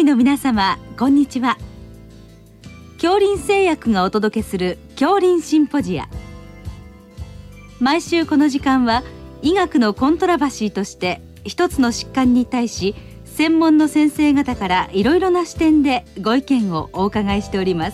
の皆様、こんにちは。杏林製薬がお届けする杏林シンポジア。毎週この時間は医学のコントラバシーとして一つの疾患に対し専門の先生方からいろいろな視点でご意見をお伺いしております。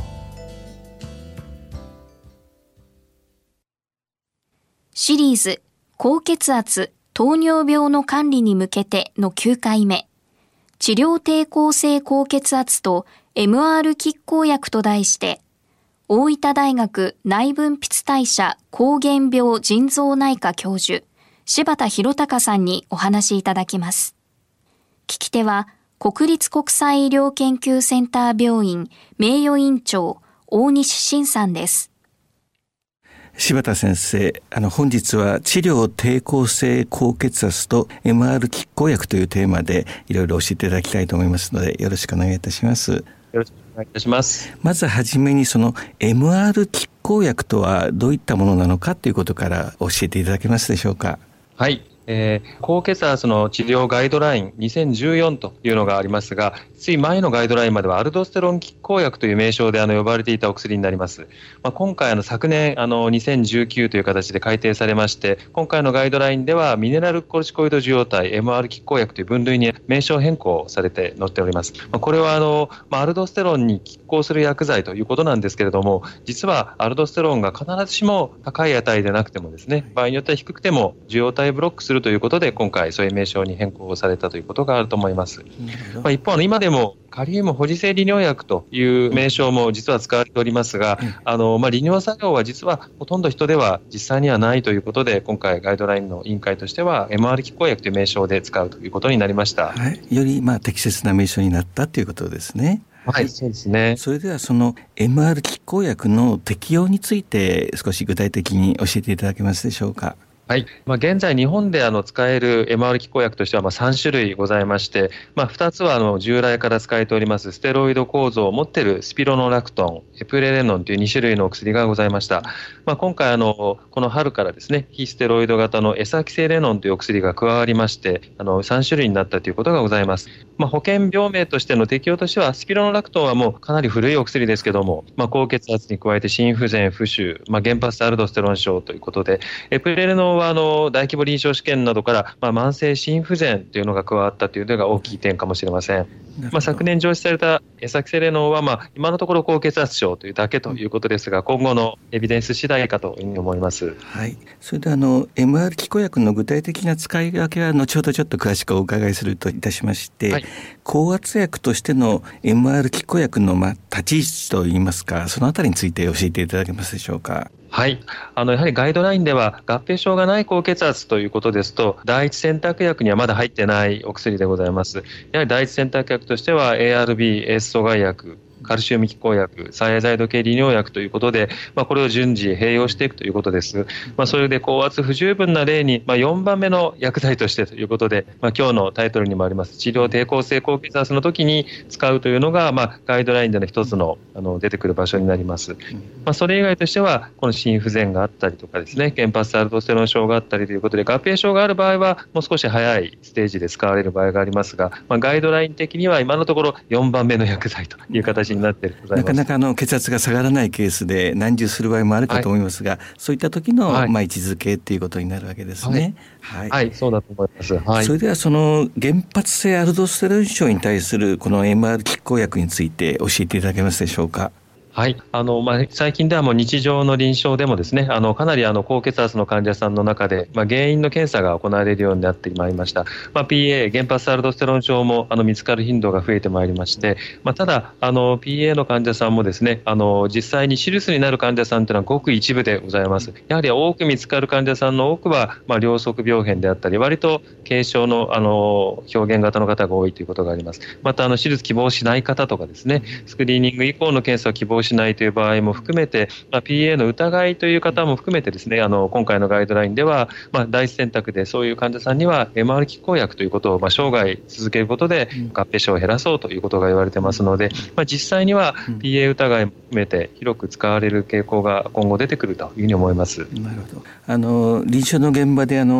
シリーズ高血圧・糖尿病の管理に向けての9回目、治療抵抗性高血圧と MR 拮抗薬と題して、大分大学内分泌代謝膠原病腎臓内科教授柴田博隆さんにお話しいただきます。聞き手は国立国際医療研究センター病院名誉院長大西晋さんです。 柴田先生、本日は治療抵抗性高血圧と MR 拮抗薬というテーマでいろいろ教えていただきたいと思いますので、よろしくお願いいたします。 よろしくお願いいたします。 まずはじめにその MR 拮抗薬とはどういったものなのかということから教えていただけますでしょうか。 はい、高血圧の治療ガイドライン2014というのがありますが、つい前のガイドラインまではアルドステロン拮抗薬という名称で呼ばれていたお薬になります。今回昨年2019という形で改定されまして、今回のガイドラインではミネラルコルチコイド受容体 MR 拮抗薬という分類に名称変更されて載っております。これはアルドステロンに拮抗する薬剤ということなんですけれども、実はアルドステロンが必ずしも高い値でなくてもですね、場合によっては低くても受容体をブロックするということで、今回そういう名称に変更されたということがあると思います。一方今でもカリウム保持性利尿薬という名称も実は使われておりますが、利尿作用は実はほとんど人では実際にはないということで、今回ガイドラインの委員会としては MR 拮抗薬という名称で使うということになりました。 はい、より適切な名称になったということですね。 はい、そうですね。 それではその MR 拮抗薬の適用について少し具体的に教えていただけますでしょうか。 はい、現在日本で使える MR 拮抗薬としては3種類ございまして、2つは従来から使えておりますステロイド構造を持っているスピロノラクトン、エプレレノンという2種類のお薬がございました。今回この春からですね、非ステロイド型のエサキセレノンというお薬が加わりまして、3種類になったということがございます。保険病名としての適用としては、スピロノラクトンはもうかなり古いお薬ですけども、高血圧に加えて心不全、浮腫、原発アルドステロン症ということで、エプレレノンは大規模臨床試験などから、慢性心不全というのが加わったというのが大きい点かもしれません。昨年上市されたエサキセレノンは、今のところ高血圧症というだけということですが、今後のエビデンス次第かというふうに思います。 はい、それでMR 拮抗薬の具体的な使い分けは後ほどちょっと詳しくお伺いするといたしまして、はい、高圧薬としての MR 拮抗薬の立ち位置といいますか、そのあたりについて教えていただけますでしょうか。 はい、やはりガイドラインでは合併症がない高血圧ということですと、第一選択薬にはまだ入ってないお薬でございます。やはり第一選択薬としては ARB、エース阻害薬、カルシウム拮抗薬、サイアザイド系利尿薬ということで、これを順次併用していくということです。それで高圧不十分な例に、4番目の薬剤としてということで、今日のタイトルにもあります治療抵抗性高血圧の時に使うというのが、ガイドラインでの一つの出てくる場所になります。それ以外としては、この心不全があったりとかですね、原発アルドステロン症があったりということで、合併症がある場合はもう少し早いステージで使われる場合がありますが、ガイドライン的には今のところ4番目の薬剤という形になっている。 なかなか血圧が下がらないケースで難渋する場合もあるかと思いますが、そういった時の位置づけっていうことになるわけですね。 はい、そうだと思います。はい、 それではその原発性アルドステロン症に対するこの MR 拮抗薬について教えていただけますでしょうか。 はい、最近ではもう日常の臨床でもですね、かなり高血圧の患者さんの中で、原因の検査が行われるようになってまいりました。PA 原発アルドステロン症も見つかる頻度が増えてまいりまして、ただPA の患者さんもですね、実際に手術になる患者さんというのはごく一部でございます。やはり多く見つかる患者さんの多くは、両側病変であったり、割と軽症の表現型の方が多いということがあります。また手術希望しない方とかですね、スクリーニング以降の検査を希望しないという場合も含めて、PA の疑いという方も含めてですね、今回のガイドラインでは、第一選択でそういう患者さんには MR 拮抗薬ということを生涯続けることで合併症を減らそうということが言われてますので、実際には PA 疑いも含めて広く使われる傾向が今後出てくるというふうに思います。 なるほど。臨床の現場で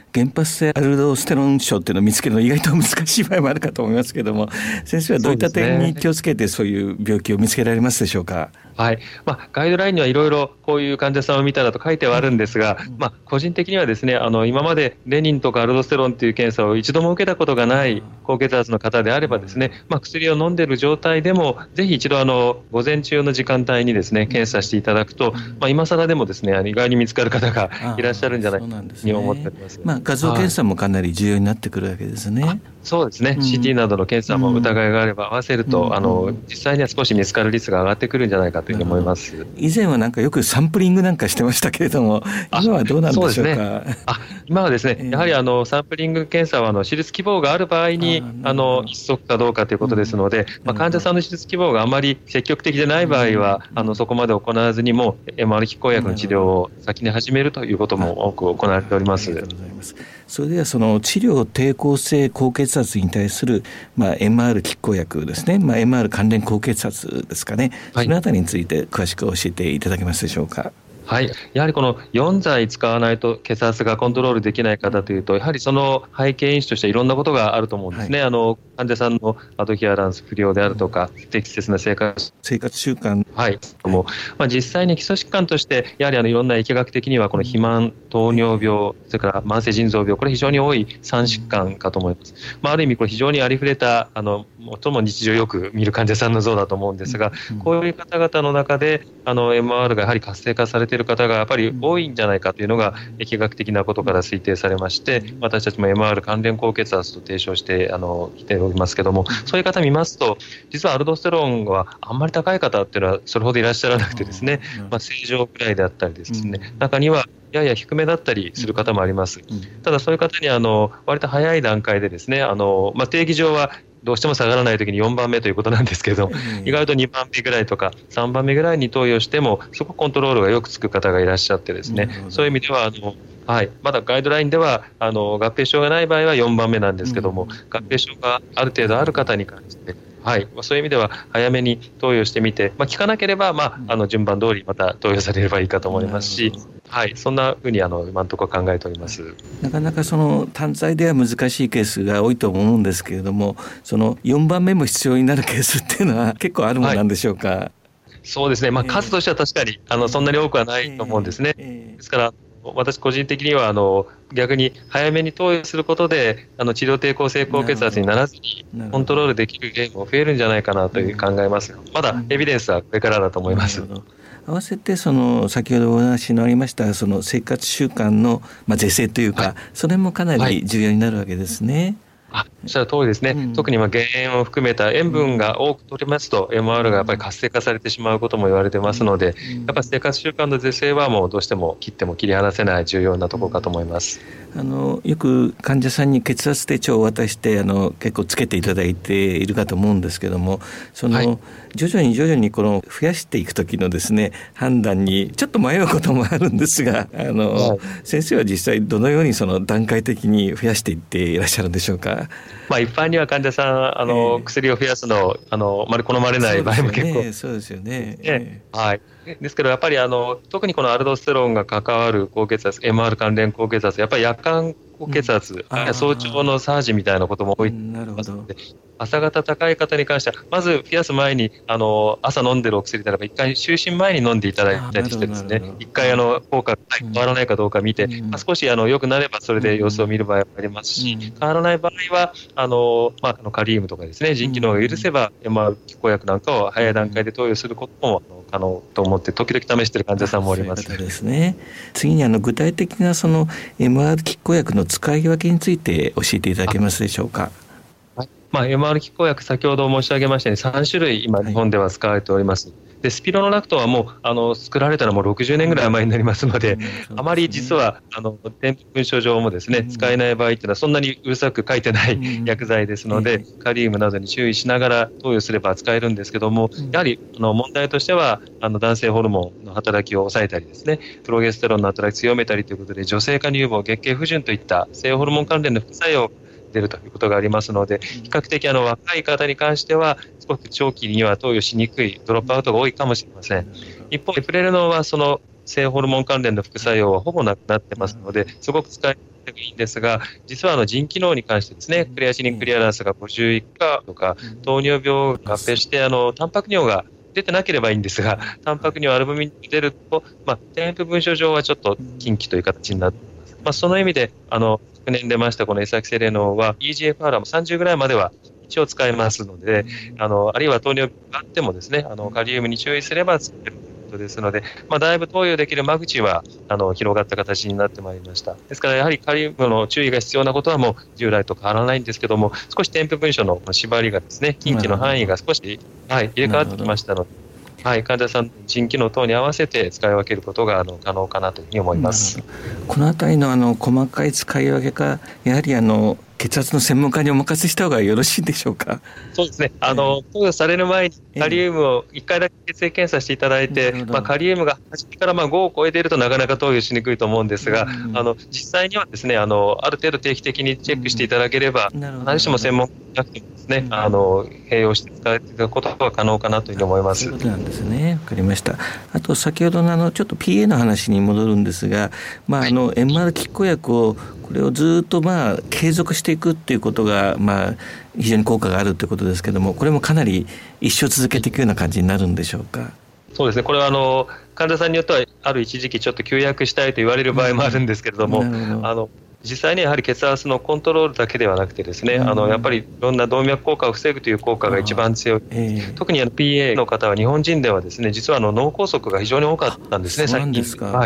原発性アルドステロン症っていうのを見つけるの意外と難しい場合もあるかと思いますけども、先生はどういった点に気をつけてそういう病気を見つけられますでしょうか？ はい、ガイドラインにはいろいろこういう患者さんを見たらと書いてはあるんですが、個人的にはですね、今までレニンとかアルドステロンという検査を一度も受けたことがない高血圧の方であればですね、薬を飲んでいる状態でもぜひ一度午前中の時間帯にですね検査していただくと、今更でもですね意外に見つかる方がいらっしゃるんじゃないかと思っております。 画像検査もかなり重要になってくるわけですね。 そうですね、CT などの検査も疑いがあれば合わせると、実際には少し見つかる率が上がってくるんじゃないかというふうに思います。 以前はなんかよくサンプリングなんかしてましたけれども、今はどうなんでしょうか？そうですね、 今はですね、やはりサンプリング検査は手術希望がある場合に一足かどうかということですので、患者さんの手術希望があまり積極的でない場合はそこまで行わずにも MR 拮抗薬の治療を先に始めるということも多く行われております。 それではその治療抵抗性高血圧に対する、MR 拮抗薬ですね、MR 関連高血圧ですかね、そのあたりについて詳しく教えていただけますでしょうか？ はい、やはりこの4剤使わないと血圧がコントロールできない方というと、やはりその背景因子としていろんなことがあると思うんですね。患者さんのアドヒアランス不良であるとか、不適切な生活習慣、実際に基礎疾患としてやはりいろんな疫学的にはこの肥満、糖尿病、それから慢性腎臓病、これ非常に多い3疾患かと思います。ある意味これ非常にありふれた最も日常よく見る患者さんの像だと思うんですが、こういう方々の中でMR がやはり活性化されている方がやっぱり多いんじゃないかというのが疫学的なことから推定されまして、私たちも MR 関連高血圧と提唱してきておりますけども、そういう方見ますと実はアルドステロンはあんまり高い方っていうのはそれほどいらっしゃらなくてですね、正常くらいであったりですね、中にはやや低めだったりする方もあります。ただそういう方に割と早い段階でですね、定義上はどうしても下がらないときに4番目ということなんですけれども、意外と2番目ぐらいとか3番目ぐらいに投与してもそこコントロールがよくつく方がいらっしゃってですね、そういう意味ではまだガイドラインでは合併症がない場合は4番目なんですけども、合併症がある程度ある方に関してそういう意味では早めに投与してみて、効かなければ、順番通りまた投与されればいいかと思いますし、そんなふうに今のところ考えております。 なかなかその単剤では難しいケースが多いと思うんですけれども、その4番目も必要になるケースっていうのは結構あるものなんでしょうか？ そうですね、数としては確かにそんなに多くはないと思うんですね。ですから私個人的には逆に早めに投与することで治療抵抗性高血圧にならずにコントロールできる例も増えるんじゃないかなという考えます。まだエビデンスはこれからだと思います。 合わせて先ほどお話のありました生活習慣の是正というか、それもかなり重要になるわけですね。 おっしゃる通りですね。特に減塩を含めた塩分が多く取れますと MR がやっぱり活性化されてしまうことも言われてますので、やっぱり生活習慣の是正はもうどうしても切っても切り離せない重要なところかと思います。 よく患者さんに血圧手帳を渡して結構つけていただいているかと思うんですけども、徐々にこの増やしていく時のですね判断にちょっと迷うこともあるんですが、先生は実際どのように段階的に増やしていっていらっしゃるんでしょうか？ 一般には患者さん薬を増やすのをあまり好まれない場合も結構そうですよね。 ですけどやっぱり特にこのアルドステロンが関わる高血圧 MR 関連高血圧、やっぱり夜間高血圧、早朝のサージみたいなことも多いので、朝方高い方に関してはまず増やす前に朝飲んでるお薬であれば一回就寝前に飲んでいただいたりしてですね、一回効果が変わらないかどうか見て、少し良くなればそれで様子を見る場合もありますし、変わらない場合はカリウムとかですね、腎機能が許せば MR 拮抗薬なんかを早い段階で投与することも可能と思って時々試している患者さんもおります。 そういうことですね。次に具体的なMR 拮抗薬の使い分けについて教えていただけますでしょうか？ MR 拮抗薬、先ほど申し上げましたように3種類今日本では使われております。でスピロノラクトはもう作られたのも60年ぐらい前になりますので、あまり実は添付文書上もですね、使えない場合というのはそんなにうるさく書いてない薬剤ですので、カリウムなどに注意しながら投与すれば使えるんですけども、やはり問題としては男性ホルモンの働きを抑えたりですね、プロゲステロンの働きを強めたりということで女性化乳房、月経不順といった性ホルモン関連の副作用出るということがありますので、比較的若い方に関しては少し長期には投与しにくいドロップアウトが多いかもしれません。一方でプレルノンはその性ホルモン関連の副作用はほぼなくなってますので、すごく使いてもいいんですが、実は腎機能に関してですね、クレアチニンクリアランスが50以下とか、糖尿病を合併して、タンパク尿が出てなければいいんですが、タンパク尿、アルブミンが出ると、添付文書上はちょっと禁忌という形になっています。その意味で、昨年出ましたこのエサキセレノは EGFR は30ぐらいまでは一応使えますので、あるいは糖尿病があってもですね、カリウムに注意すれば使えるということですので、だいぶ投与できる間口は広がった形になってまいりました。ですからやはりカリウムの注意が必要なことはもう従来と変わらないんですけども、少し添付文書の縛りがですね、禁忌の範囲が少し、入れ替わってきましたので、患者さんの腎機能等に合わせて使い分けることが可能かなというふうに思います。 このあたりの細かい使い分けか、やはり血圧の専門家にお任せした方がよろしいでしょうか。 そうですね。投与される前にカリウムを1回だけ血液検査していただいて、カリウムが初めから5を超えているとなかなか投与しにくいと思うんですが、実際にはですね、ある程度定期的にチェックしていただければ、必ずしも専門家じゃなくてもですね、併用して使っていただくことが可能かなというふうに思います。 そういうことなんですね。わかりました。あと先ほどのちょっと PA の話に戻るんですが、MR 拮抗薬をこれをずっと継続していくっていうことが非常に効果があるということですけども、これもかなり一生続けていくような感じになるんでしょうか。 そうですね。これは患者さんによってはある一時期ちょっと休薬したいと言われる場合もあるんですけれども、実際にやはり血圧のコントロールだけではなくてですね、やっぱりいろんな動脈硬化を防ぐという効果が一番強い。特にPA の方は日本人ではですね、実は脳梗塞が非常に多かったんですね。 そうなんですか。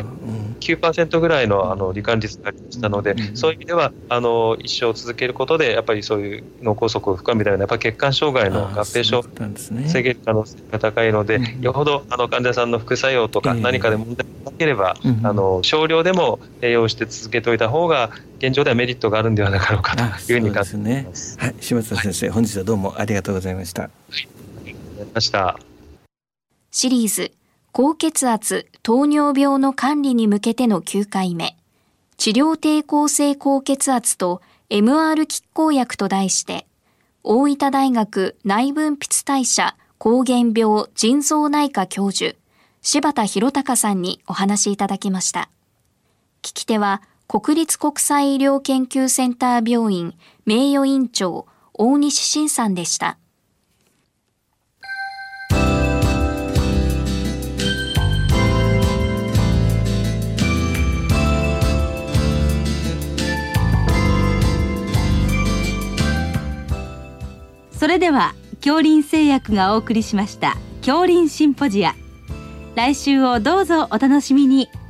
9% ぐらいの罹患率がありましたので、そういう意味では一生続けることでやっぱりそういう脳梗塞を含めたようなやっぱり血管障害の合併症を防げる可能性が高いので、よほど患者さんの副作用とか何かで問題がなければ、少量でも併用して続けておいた方が現状ではメリットがあるんではなかろうかというふうに感じています。 柴田先生、本日はどうもありがとうございました。 ありがとうございました。 シリーズ高血圧・糖尿病の管理に向けての9回目、治療抵抗性高血圧と MR 拮抗薬と題して、大分大学内分泌代謝膠原病腎臓内科教授、柴田博隆さんにお話しいただきました。聞き手は、国立国際医療研究センター病院名誉院長大西晋さんでした。 それでは杏林製薬がお送りしました杏林シンポジア、来週をどうぞお楽しみに。